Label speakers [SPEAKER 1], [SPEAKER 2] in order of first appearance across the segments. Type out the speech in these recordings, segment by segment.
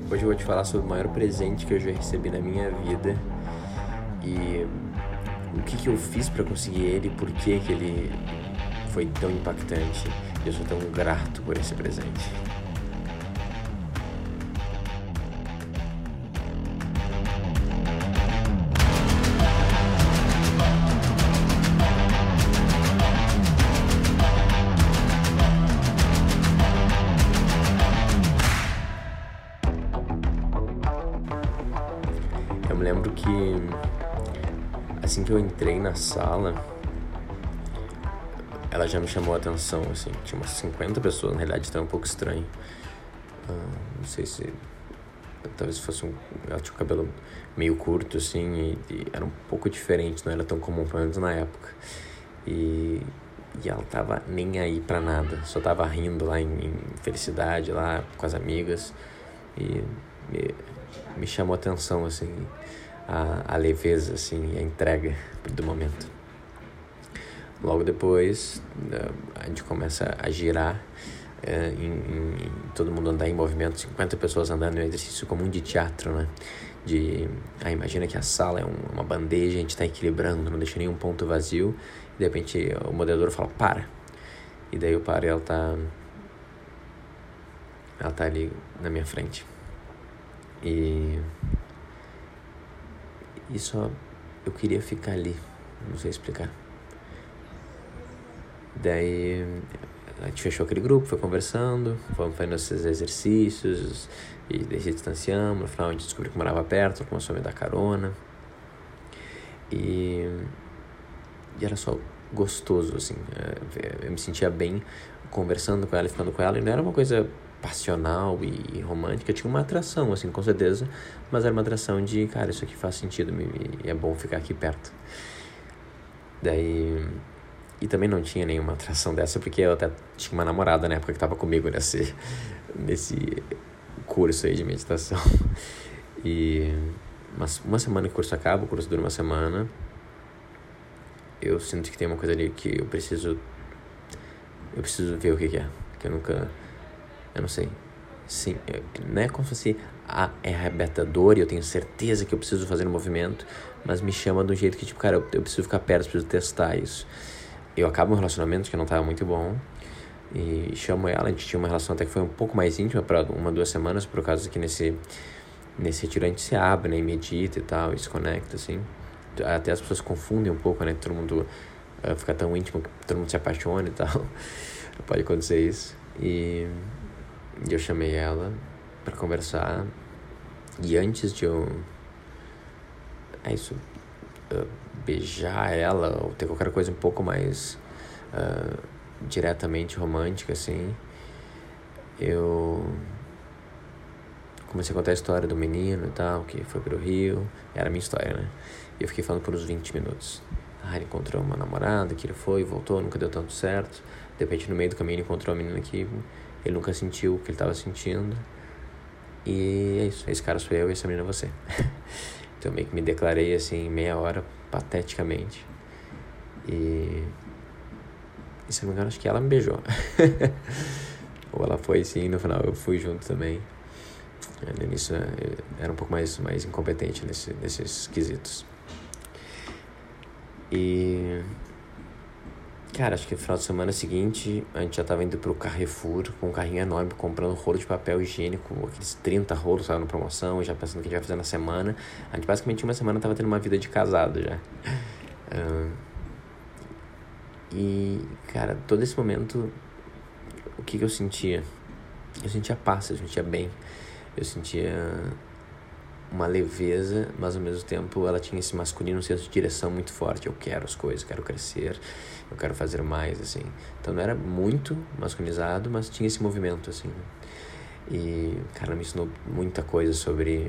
[SPEAKER 1] Hoje eu vou te falar sobre o maior presente que eu já recebi na minha vida e o que eu fiz pra conseguir ele, por que ele foi tão impactante. Eu sou tão grato por esse presente. Eu me lembro que assim que eu entrei na sala, ela já me chamou a atenção, assim. Tinha umas 50 pessoas, na realidade estava um pouco estranho. Não sei se... Talvez fosse ela tinha o cabelo meio curto, assim, e era um pouco diferente, não era tão comum, pelo menos na época. E ela tava nem aí pra nada, só tava rindo lá em felicidade, lá com as amigas. E me chamou a atenção, assim, a leveza, assim, a entrega do momento. Logo depois, a gente começa a girar, todo mundo andar em movimento, 50 pessoas andando em um exercício comum de teatro, né? Imagina que a sala é uma bandeja, a gente tá equilibrando, não deixa nenhum ponto vazio, e de repente o moderador fala, para! E daí eu paro e ela tá ali na minha frente. E só eu queria ficar ali, não sei explicar. Daí a gente fechou aquele grupo, foi conversando, fomos fazendo esses exercícios e daí se distanciamos. No final a gente descobriu que morava perto, começou a me dar carona e era só gostoso, assim. Eu me sentia bem conversando com ela e ficando com ela, e não era uma coisa passional e romântica, tinha uma atração, assim, com certeza, mas era uma atração de, cara, isso aqui faz sentido e é bom ficar aqui perto. Daí... E também não tinha nenhuma atração dessa, porque eu até tinha uma namorada na época que tava comigo nesse curso aí de meditação. E uma semana que o curso acaba, o curso dura uma semana, eu sinto que tem uma coisa ali que eu preciso ver o que é. Que eu não sei. Sim, não é como se fosse é arrebatador e eu tenho certeza que eu preciso fazer um movimento, mas me chama de um jeito que, tipo, cara, eu preciso ficar perto, preciso testar isso. Eu acabo um relacionamento que não tava muito bom e chamo ela, a gente tinha uma relação até que foi um pouco mais íntima para 1-2 semanas, por causa que nesse retiro a gente se abre, né, e medita e tal, e se conecta, assim. Até as pessoas confundem um pouco, né, todo mundo fica tão íntimo que todo mundo se apaixona e tal. Pode acontecer isso. E eu chamei ela para conversar e antes de eu... beijar ela ou ter qualquer coisa um pouco mais diretamente romântica, assim, eu comecei a contar a história do menino e tal, que foi pro Rio. Era a minha história, né? E eu fiquei falando por uns 20 minutos. Ele encontrou uma namorada, que ele foi, voltou, nunca deu tanto certo. De repente, no meio do caminho, ele encontrou uma menina que ele nunca sentiu o que ele tava sentindo. E é isso, esse cara sou eu e essa menina é você. Então, eu meio que me declarei, assim, meia hora, pateticamente. E se não me engano, acho que ela me beijou. Ou ela foi, sim, no final eu fui junto também. No início eu era um pouco mais incompetente nesses quesitos. E... cara, acho que no final de semana seguinte a gente já tava indo pro Carrefour com um carrinho enorme, comprando rolo de papel higiênico, aqueles 30 rolos, sabe, na promoção, já pensando o que a gente vai fazer na semana. A gente basicamente uma semana tava tendo uma vida de casado já. E, cara, todo esse momento, o que eu sentia? Eu sentia paz, eu sentia bem, eu sentia uma leveza, mas ao mesmo tempo ela tinha esse masculino, um senso de direção muito forte. Eu quero as coisas, quero crescer, eu quero fazer mais, assim. Então não era muito masculinizado, mas tinha esse movimento, assim. E, cara, ela me ensinou muita coisa sobre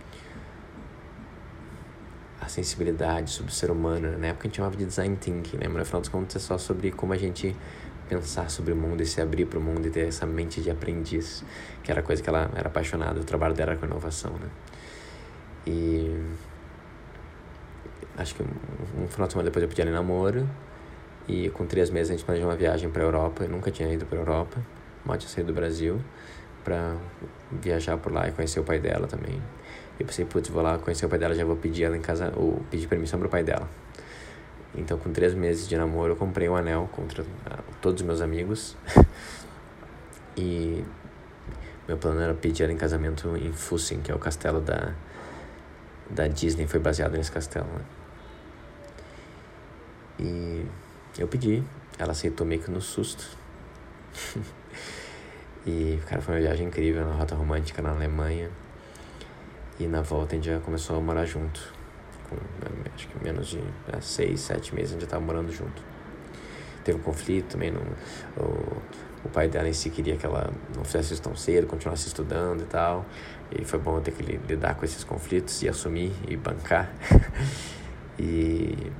[SPEAKER 1] a sensibilidade, sobre o ser humano. Na época a gente chamava de design thinking, né? Mas no final dos contos é só sobre como a gente pensar sobre o mundo e se abrir para o mundo e ter essa mente de aprendiz, que era a coisa que ela era apaixonada. O trabalho dela era com inovação, né? E acho que um final de semana depois eu pedi ela em namoro, e com 3 meses a gente planejou uma viagem para a Europa. Eu nunca tinha ido para a Europa, mal tinha saído do Brasil, pra viajar por lá e conhecer o pai dela também. Eu pensei, putz, vou lá conhecer o pai dela, já vou pedir ela em casa, ou pedir permissão pro pai dela. Então, com 3 meses de namoro, eu comprei um anel contra todos os meus amigos. E meu plano era pedir ela em casamento em Fossing, que é o castelo da Disney, foi baseado nesse castelo, né? E eu pedi, ela aceitou meio que no susto. E, cara, foi uma viagem incrível, na rota romântica na Alemanha. E na volta a gente já começou a morar junto. Com, acho que menos de 6, 7 meses a gente já tava morando junto. Teve um conflito também, o pai dela em si queria que ela não fizesse isso tão cedo, continuasse estudando e tal. E foi bom eu ter que lidar com esses conflitos e assumir e bancar. E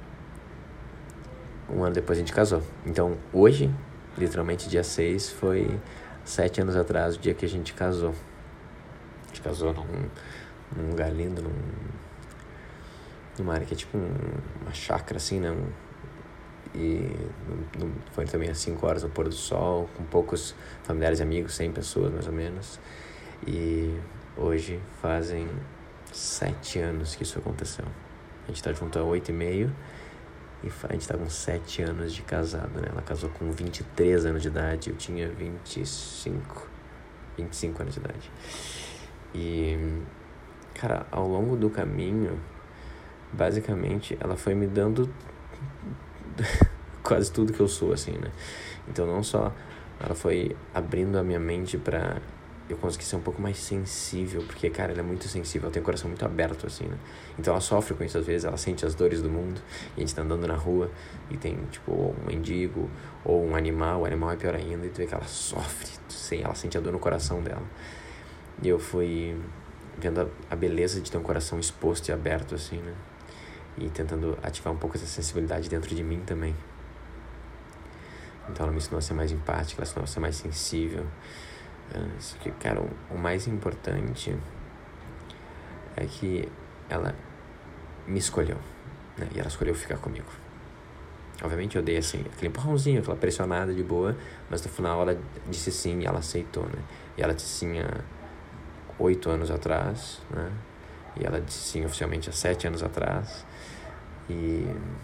[SPEAKER 1] um ano depois a gente casou. Então hoje, literalmente dia 6, foi 7 anos atrás, o dia que a gente casou. A gente casou num lugar lindo, numa área que é tipo uma chácara assim, né? E foi também às 5 horas no pôr do sol, com poucos familiares e amigos, 100 pessoas mais ou menos. E hoje fazem 7 anos que isso aconteceu. A gente tá junto há 8,5 e a gente tá com 7 anos de casado, né? Ela casou com 23 anos de idade, eu tinha 25 anos de idade. E, cara, ao longo do caminho, basicamente, ela foi me dando quase tudo que eu sou, assim, né? Então, não só ela foi abrindo a minha mente pra eu conseguir ser um pouco mais sensível, porque, cara, ela é muito sensível, ela tem o coração muito aberto, assim, né? Então, ela sofre com isso às vezes, ela sente as dores do mundo, e a gente tá andando na rua, e tem, tipo, um mendigo, ou um animal, o animal é pior ainda, e tu vê que ela sofre, ela sente a dor no coração dela. E eu fui vendo a beleza de ter um coração exposto e aberto, assim, né? E tentando ativar um pouco essa sensibilidade dentro de mim também. Então ela me ensinou a ser mais empática, ela me ensinou a ser mais sensível. Isso que, cara, o mais importante é que ela me escolheu, né? E ela escolheu ficar comigo. Obviamente eu dei assim, aquele empurrãozinho, aquela pressionada de boa, mas no final ela disse sim e ela aceitou, né? E ela disse sim há 8 anos atrás, né? E ela disse sim oficialmente há 7 anos atrás. E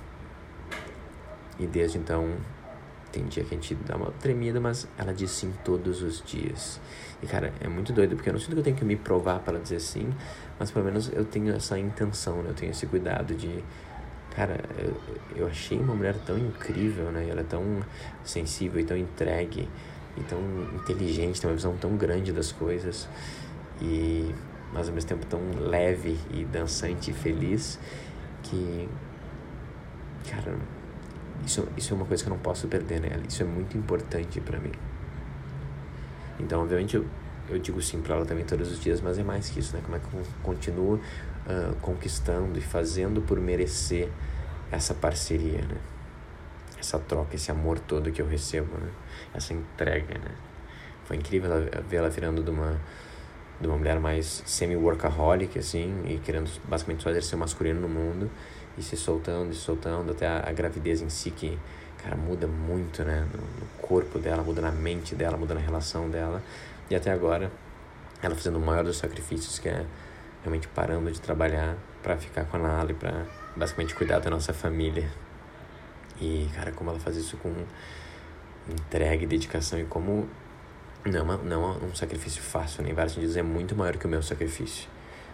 [SPEAKER 1] desde então tem dia que a gente dá uma tremida, mas ela diz sim todos os dias. E, cara, é muito doido, porque eu não sinto que eu tenho que me provar para ela dizer sim, mas pelo menos eu tenho essa intenção, né? Eu tenho esse cuidado de... Cara, eu achei uma mulher tão incrível, né? Ela é tão sensível e tão entregue e tão inteligente, tem uma visão tão grande das coisas, mas ao mesmo tempo tão leve e dançante e feliz, que, cara, isso é uma coisa que eu não posso perder nela. Isso é muito importante pra mim. Então, obviamente, eu digo sim pra ela também todos os dias, mas é mais que isso, né? Como é que eu continuo conquistando e fazendo por merecer essa parceria, né? Essa troca, esse amor todo que eu recebo, né? Essa entrega, né? Foi incrível ver ela virando de uma mulher mais semi-workaholic, assim, e querendo basicamente só exercer o masculino no mundo, e se soltando, até a gravidez em si, que, cara, muda muito, né? No corpo dela, muda na mente dela, muda na relação dela, e até agora, ela fazendo o maior dos sacrifícios, que é realmente parando de trabalhar pra ficar com a Nala e pra basicamente cuidar da nossa família. E, cara, como ela faz isso com entrega e dedicação, e como não é um sacrifício fácil, né? Em vários sentidos é muito maior que o meu sacrifício.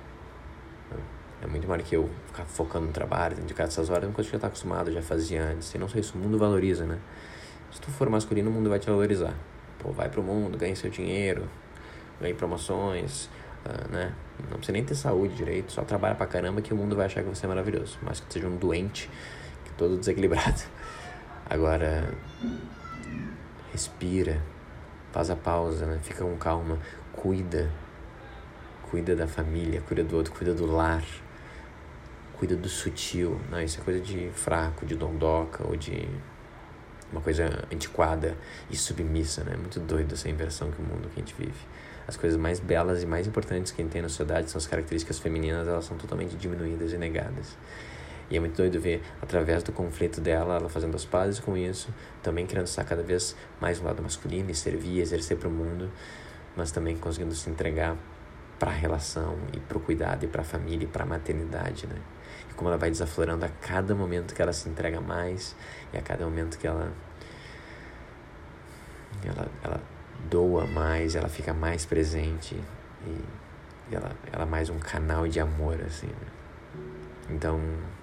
[SPEAKER 1] É muito maior que eu ficar focando no trabalho, dedicar essas horas, é uma coisa que eu já tá acostumado, já fazia antes. E não só isso, o mundo valoriza, né? Se tu for masculino, o mundo vai te valorizar. Pô, vai pro mundo, ganha seu dinheiro, ganha promoções, né? Não precisa nem ter saúde direito, só trabalha pra caramba que o mundo vai achar que você é maravilhoso. Mas que tu seja um doente, que todo desequilibrado. Agora, respira, faz a pausa, né? Fica com calma, cuida da família, cuida do outro, cuida do lar, cuida do sutil. Não, isso é coisa de fraco, de dondoca, ou de uma coisa antiquada e submissa, né? Muito doido essa inversão que o mundo que a gente vive. As coisas mais belas e mais importantes que a gente tem na sociedade são as características femininas, elas são totalmente diminuídas e negadas. E é muito doido ver, através do conflito dela, ela fazendo as pazes com isso, também querendo estar cada vez mais no lado masculino e servir, exercer para o mundo. mas também conseguindo se entregar para a relação e para o cuidado e para a família e para a maternidade, né? E como ela vai desaflorando a cada momento que ela se entrega mais e a cada momento que ela doa mais, ela fica mais presente e ela é mais um canal de amor, assim, né? Então,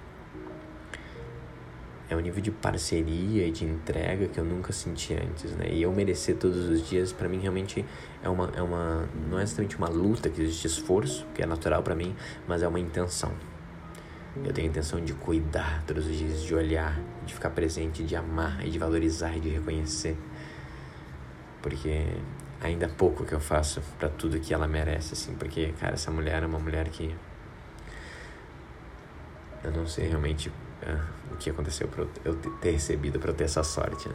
[SPEAKER 1] é um nível de parceria e de entrega que eu nunca senti antes, né? E eu merecer todos os dias, pra mim, realmente é uma não é exatamente uma luta que existe esforço, que é natural pra mim, mas é uma intenção. Eu tenho a intenção de cuidar todos os dias, de olhar, de ficar presente, de amar e de valorizar e de reconhecer. Porque ainda há pouco que eu faço pra tudo que ela merece, assim. Porque, cara, essa mulher é uma mulher que... eu não sei realmente o que aconteceu pra eu ter recebido, pra eu ter essa sorte, né?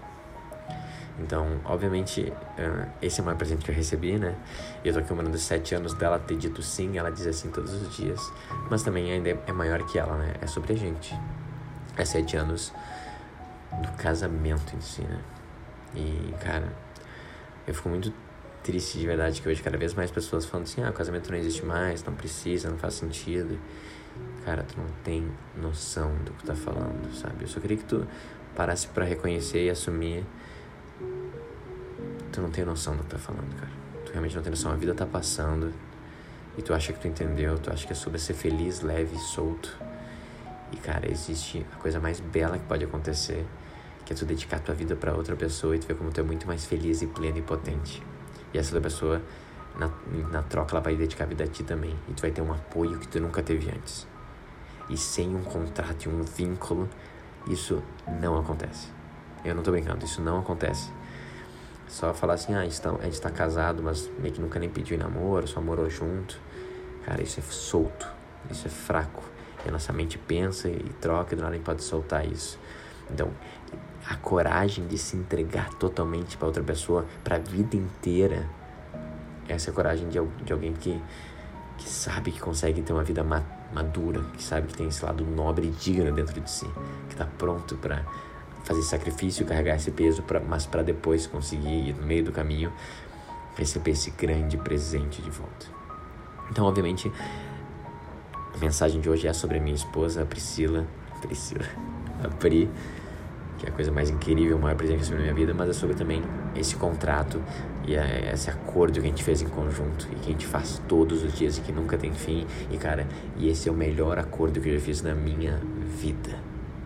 [SPEAKER 1] Então, obviamente, esse é o maior presente que eu recebi, né? E eu tô comemorando os 7 anos dela ter dito sim, ela diz assim todos os dias. Mas também ainda é maior que ela, né? É sobre a gente. É 7 anos do casamento em si, né? E, cara, eu fico muito triste de verdade que hoje cada vez mais pessoas falam assim: o casamento não existe mais, não precisa, não faz sentido. Cara, tu não tem noção do que tu tá falando, sabe? Eu só queria que tu parasse pra reconhecer e assumir. Tu não tem noção do que tá falando, cara. Tu realmente não tem noção. A vida tá passando e tu acha que tu entendeu, tu acha que é sobre ser feliz, leve e solto. E, cara, existe a coisa mais bela que pode acontecer, que é tu dedicar tua vida pra outra pessoa e tu ver como tu é muito mais feliz e pleno e potente. E essa outra pessoa, na troca, ela vai dedicar a vida a ti também. E tu vai ter um apoio que tu nunca teve antes. E sem um contrato e um vínculo, isso não acontece. Eu não tô brincando, isso não acontece. Só falar assim, a gente tá casado, mas meio que nunca nem pediu em namoro, só morou junto. Cara, isso é solto, isso é fraco. E a nossa mente pensa e troca e do nada a gente pode soltar isso. Então, a coragem de se entregar totalmente pra outra pessoa, pra vida inteira, essa é a coragem de alguém que sabe que consegue ter uma vida madura, que sabe que tem esse lado nobre e digno dentro de si, que tá pronto pra fazer sacrifício, carregar esse peso, mas pra depois conseguir ir no meio do caminho, receber esse grande presente de volta. Então, obviamente, a mensagem de hoje é sobre a minha esposa, a Priscila, a Pri, que é a coisa mais incrível, o maior presente que eu recebi na minha vida, mas é sobre também esse contrato e esse acordo que a gente fez em conjunto e que a gente faz todos os dias e que nunca tem fim. E, cara, esse é o melhor acordo que eu já fiz na minha vida.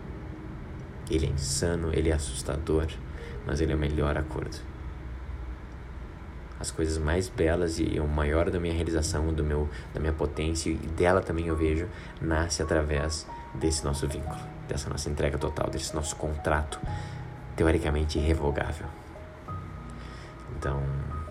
[SPEAKER 1] Ele é insano, ele é assustador, mas ele é o melhor acordo. As coisas mais belas e o maior da minha realização, da minha potência e dela também eu vejo, nasce através desse nosso vínculo, dessa nossa entrega total, desse nosso contrato teoricamente irrevogável. Então,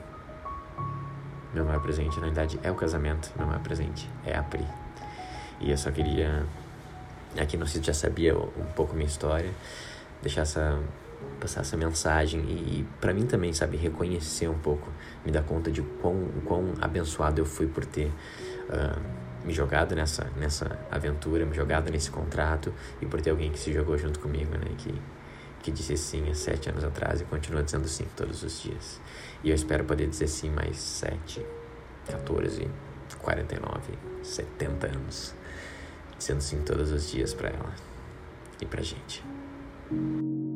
[SPEAKER 1] meu maior presente na realidade é o casamento, meu maior presente é a Pri. E eu só queria, aqui não sei se já sabia um pouco minha história, passar essa mensagem e pra mim também, sabe, reconhecer um pouco, me dar conta de quão abençoado eu fui por ter me jogado nessa aventura, me jogado nesse contrato e por ter alguém que se jogou junto comigo, né, que disse sim há 7 anos atrás e continua dizendo sim todos os dias. E eu espero poder dizer sim mais 7, 14, 49, 70 anos, dizendo sim todos os dias pra ela e pra gente.